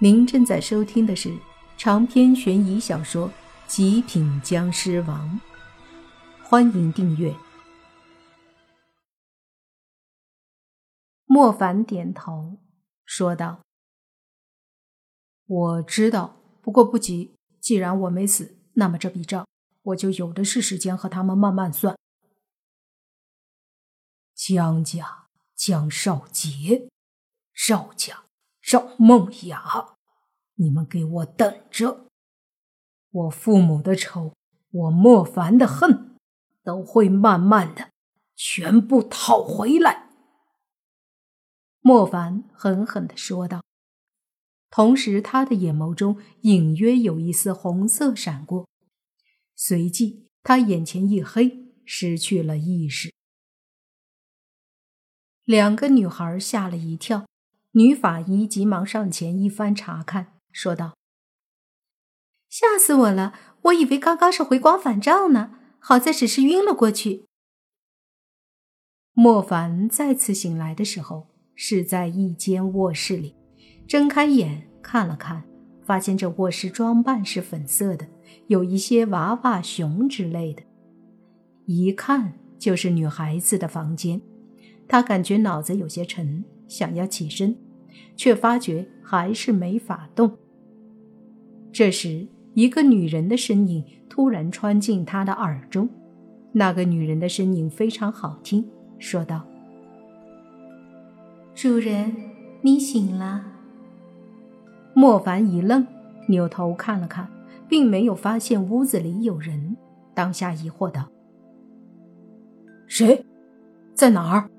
您正在收听的是长篇悬疑小说《极品僵尸王》，欢迎订阅。莫凡点头说道：我知道，不过不急，既然我没死，那么这笔账我就有的是时间和他们慢慢算。江家、江少杰、邵家、邵梦雅，你们给我等着！我父母的仇，我莫凡的恨，都会慢慢的全部讨回来。莫凡狠狠地说道，同时他的眼眸中隐约有一丝红色闪过，随即他眼前一黑，失去了意识。两个女孩吓了一跳，女法医急忙上前一番查看，说道：吓死我了，我以为刚刚是回光返照呢，好在只是晕了过去。莫凡再次醒来的时候，是在一间卧室里，睁开眼看了看，发现这卧室装扮是粉色的，有一些娃娃熊之类的，一看就是女孩子的房间。他感觉脑子有些沉，想要起身，却发觉还是没法动。这时一个女人的身影突然穿进他的耳中，那个女人的声音非常好听，说道：主人，你醒了。莫凡一愣，扭头看了看，并没有发现屋子里有人，当下疑惑道：谁？在哪儿？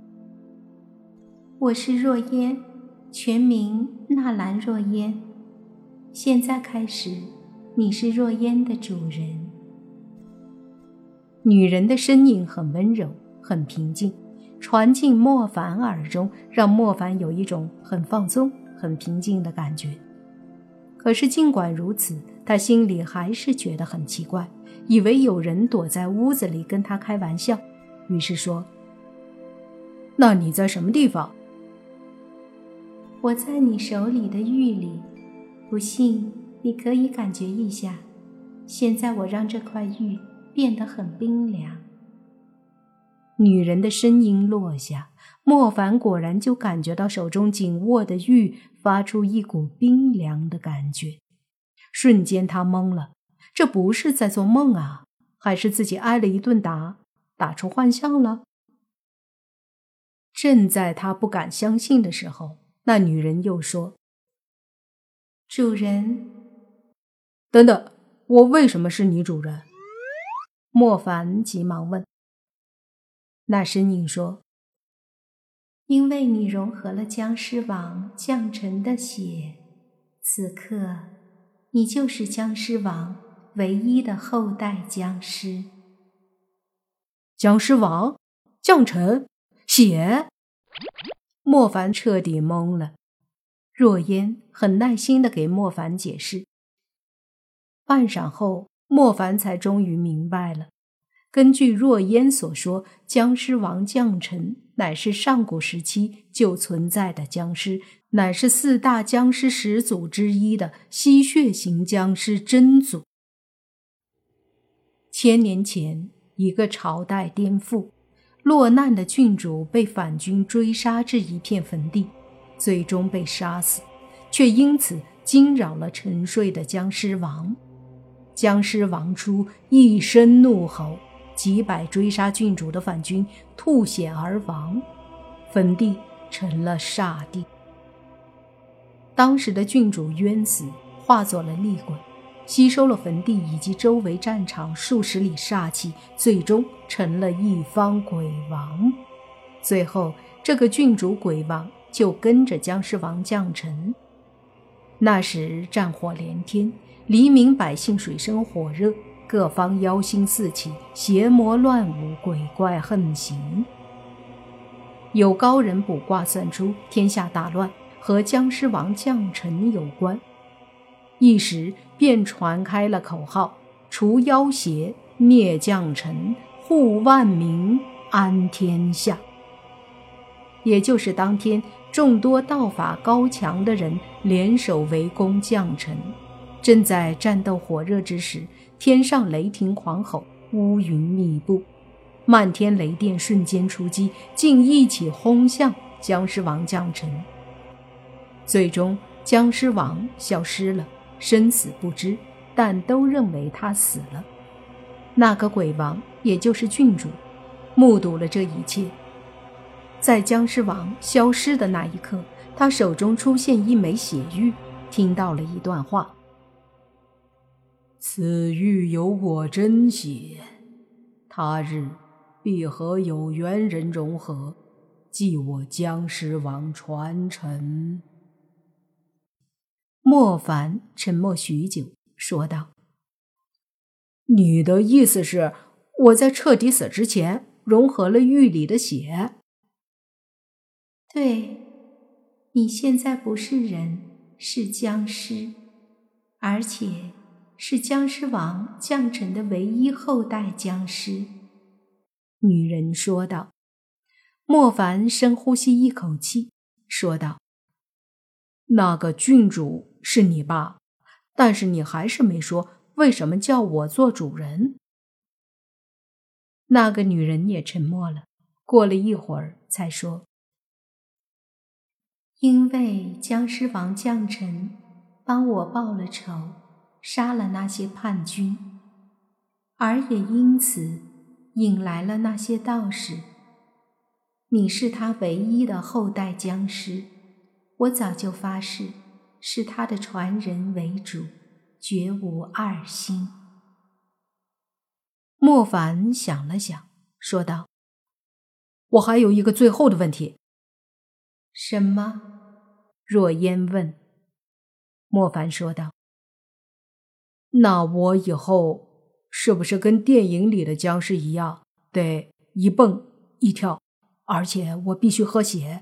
我是若烟，全名纳兰若烟。现在开始，你是若烟的主人。女人的声音很温柔，很平静，传进莫凡耳中，让莫凡有一种很放松、很平静的感觉。可是尽管如此，他心里还是觉得很奇怪，以为有人躲在屋子里跟他开玩笑，于是说：那你在什么地方？我在你手里的玉里，不信你可以感觉一下，现在我让这块玉变得很冰凉。女人的声音落下，莫凡果然就感觉到手中紧握的玉发出一股冰凉的感觉。瞬间他懵了，这不是在做梦啊，还是自己挨了一顿打，打出幻象了？正在他不敢相信的时候，那女人又说：主人。等等，我为什么是你主人？莫凡急忙问。那声音说：因为你融合了僵尸王降臣的血，此刻你就是僵尸王唯一的后代僵尸。僵尸王？降臣？血？莫凡彻底懵了。若烟很耐心地给莫凡解释。半晌后，莫凡才终于明白了。根据若烟所说，僵尸王降臣乃是上古时期就存在的僵尸，乃是4大僵尸始祖之一的吸血型僵尸真祖。1000年前，一个朝代颠覆，落难的郡主被反军追杀至一片坟地，最终被杀死，却因此惊扰了沉睡的僵尸王。僵尸王初一声怒吼，几百追杀郡主的反军吐血而亡，坟地成了煞地。当时的郡主冤死，化作了厉鬼，吸收了坟地以及周围战场数十里煞气，最终成了一方鬼王。最后这个郡主鬼王就跟着僵尸王降臣。那时战火连天，黎民百姓水深火热，各方妖心四起，邪魔乱舞，鬼怪横行。有高人卜卦算出天下大乱和僵尸王降臣有关，一时便传开了口号：除妖邪，灭降臣，护万民，安天下。也就是当天， 众多道法高强的人联手围攻绛城。正在战斗火热之时，天上雷霆狂吼，乌云密布，漫天雷电瞬间出击，竟一起轰向僵尸王绛城。最终僵尸王消失了，生死不知，但都认为他死了。那个鬼王，也就是郡主，目睹了这一切。在僵尸王消失的那一刻，他手中出现一枚血玉，听到了一段话：此玉有我真血，他日必和有缘人融合，继我僵尸王传承。莫凡沉默许久，说道：你的意思是，我在彻底死之前融合了玉里的血？ 对，你现在不是人，是僵尸，而且是僵尸王绛城的唯一后代僵尸。 女人说道。莫凡深呼吸一口气，说道：那个郡主是你爸，但是你还是没说为什么叫我做主人。那个女人也沉默了，过了一会儿才说： 因为僵尸王绛城帮我报了仇，杀了那些叛军，而也因此引来了那些道士。你是他唯一的后代僵尸，我早就发誓视他的传人为主，绝无二心。 莫凡想了想，说道：我还有一个最后的问题。 什么？ 若烟问。莫凡说道：那我以后是不是跟电影里的僵尸一样，得一蹦一跳，而且我必须喝血？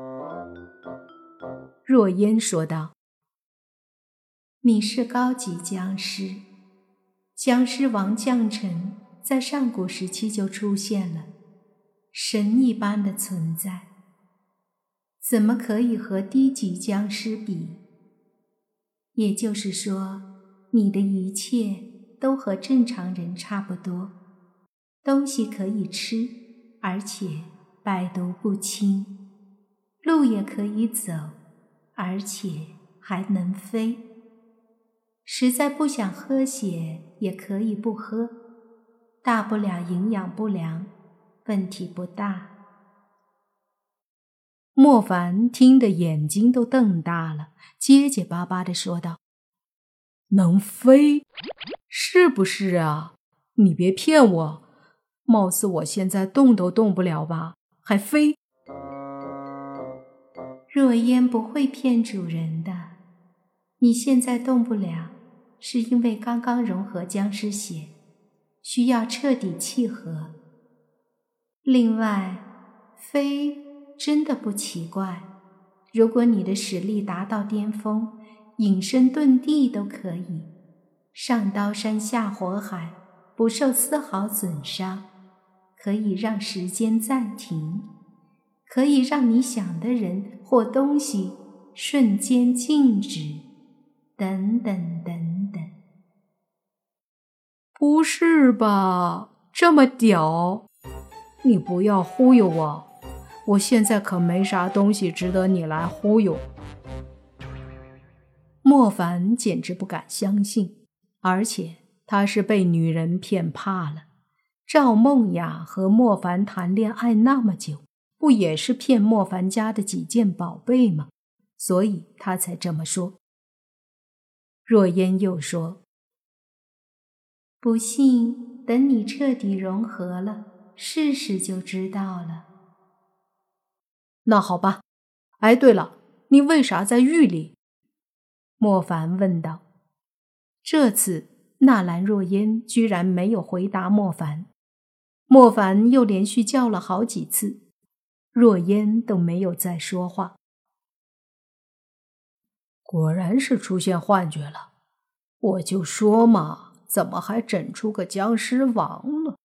若烟说道： 你是高级僵尸，僵尸王绛城在上古时期就出现了，神一般的存在，怎么可以和低级僵尸比？也就是说，你的一切都和正常人差不多，东西可以吃，而且百毒不侵，路也可以走，而且还能飞。实在不想喝血也可以不喝，大不了营养不良，问题不大。 莫凡听得眼睛都瞪大了，结结巴巴地说道：能飞？是不是啊？你别骗我，貌似我现在动都动不了吧，还飞？ 若烟不会骗主人的，你现在动不了，是因为刚刚融合僵尸血，需要彻底契合。另外，飞真的不奇怪，如果你的实力达到巅峰，隐身遁地都可以，上刀山下火海，不受丝毫损伤，可以让时间暂停，可以让你想的人或东西瞬间静止，等等等等。 不是吧，这么屌？你不要忽悠我，我现在可没啥东西值得你来忽悠。莫凡简直不敢相信，而且他是被女人骗怕了。赵梦雅和莫凡谈恋爱那么久，不也是骗莫凡家的几件宝贝吗？所以他才这么说。若烟又说： 不信，等你彻底融合了，试试就知道了。 那好吧。哎，对了，你为啥在狱里？莫凡问道。这次纳兰若烟居然没有回答莫凡，莫凡又连续叫了好几次，若烟都没有再说话。果然是出现幻觉了，我就说嘛，怎么还整出个僵尸王了？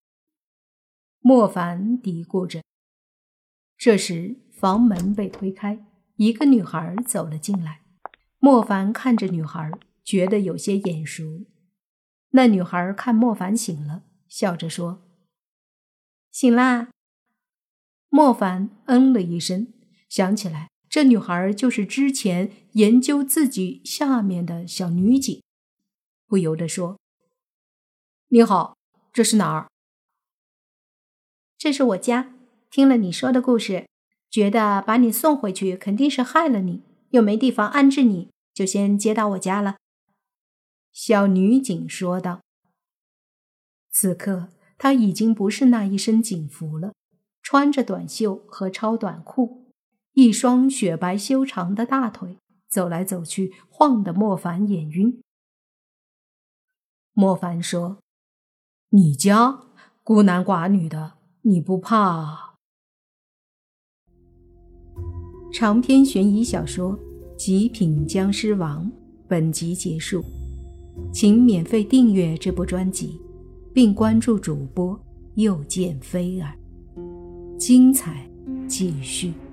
莫凡嘀咕着。这时房门被推开， 一个女孩走了进来。莫凡看着女孩，觉得有些眼熟。那女孩看莫凡醒了，笑着说：“醒啦。”莫凡嗯了一声，想起来这女孩就是之前研究自己下面的小女警，不由得说：“你好，这是哪儿？”“这是我家，听了你说的故事，觉得把你送回去肯定是害了你，又没地方安置你，就先接到我家了。”小女警说道。此刻她已经不是那一身警服了，穿着短袖和超短裤，一双雪白修长的大腿，走来走去，晃得莫凡眼晕。莫凡说：“你家孤男寡女的，你不怕？”长篇悬疑小说《极品僵尸王》本集结束，请免费订阅这部专辑，并关注主播又见菲儿，精彩继续。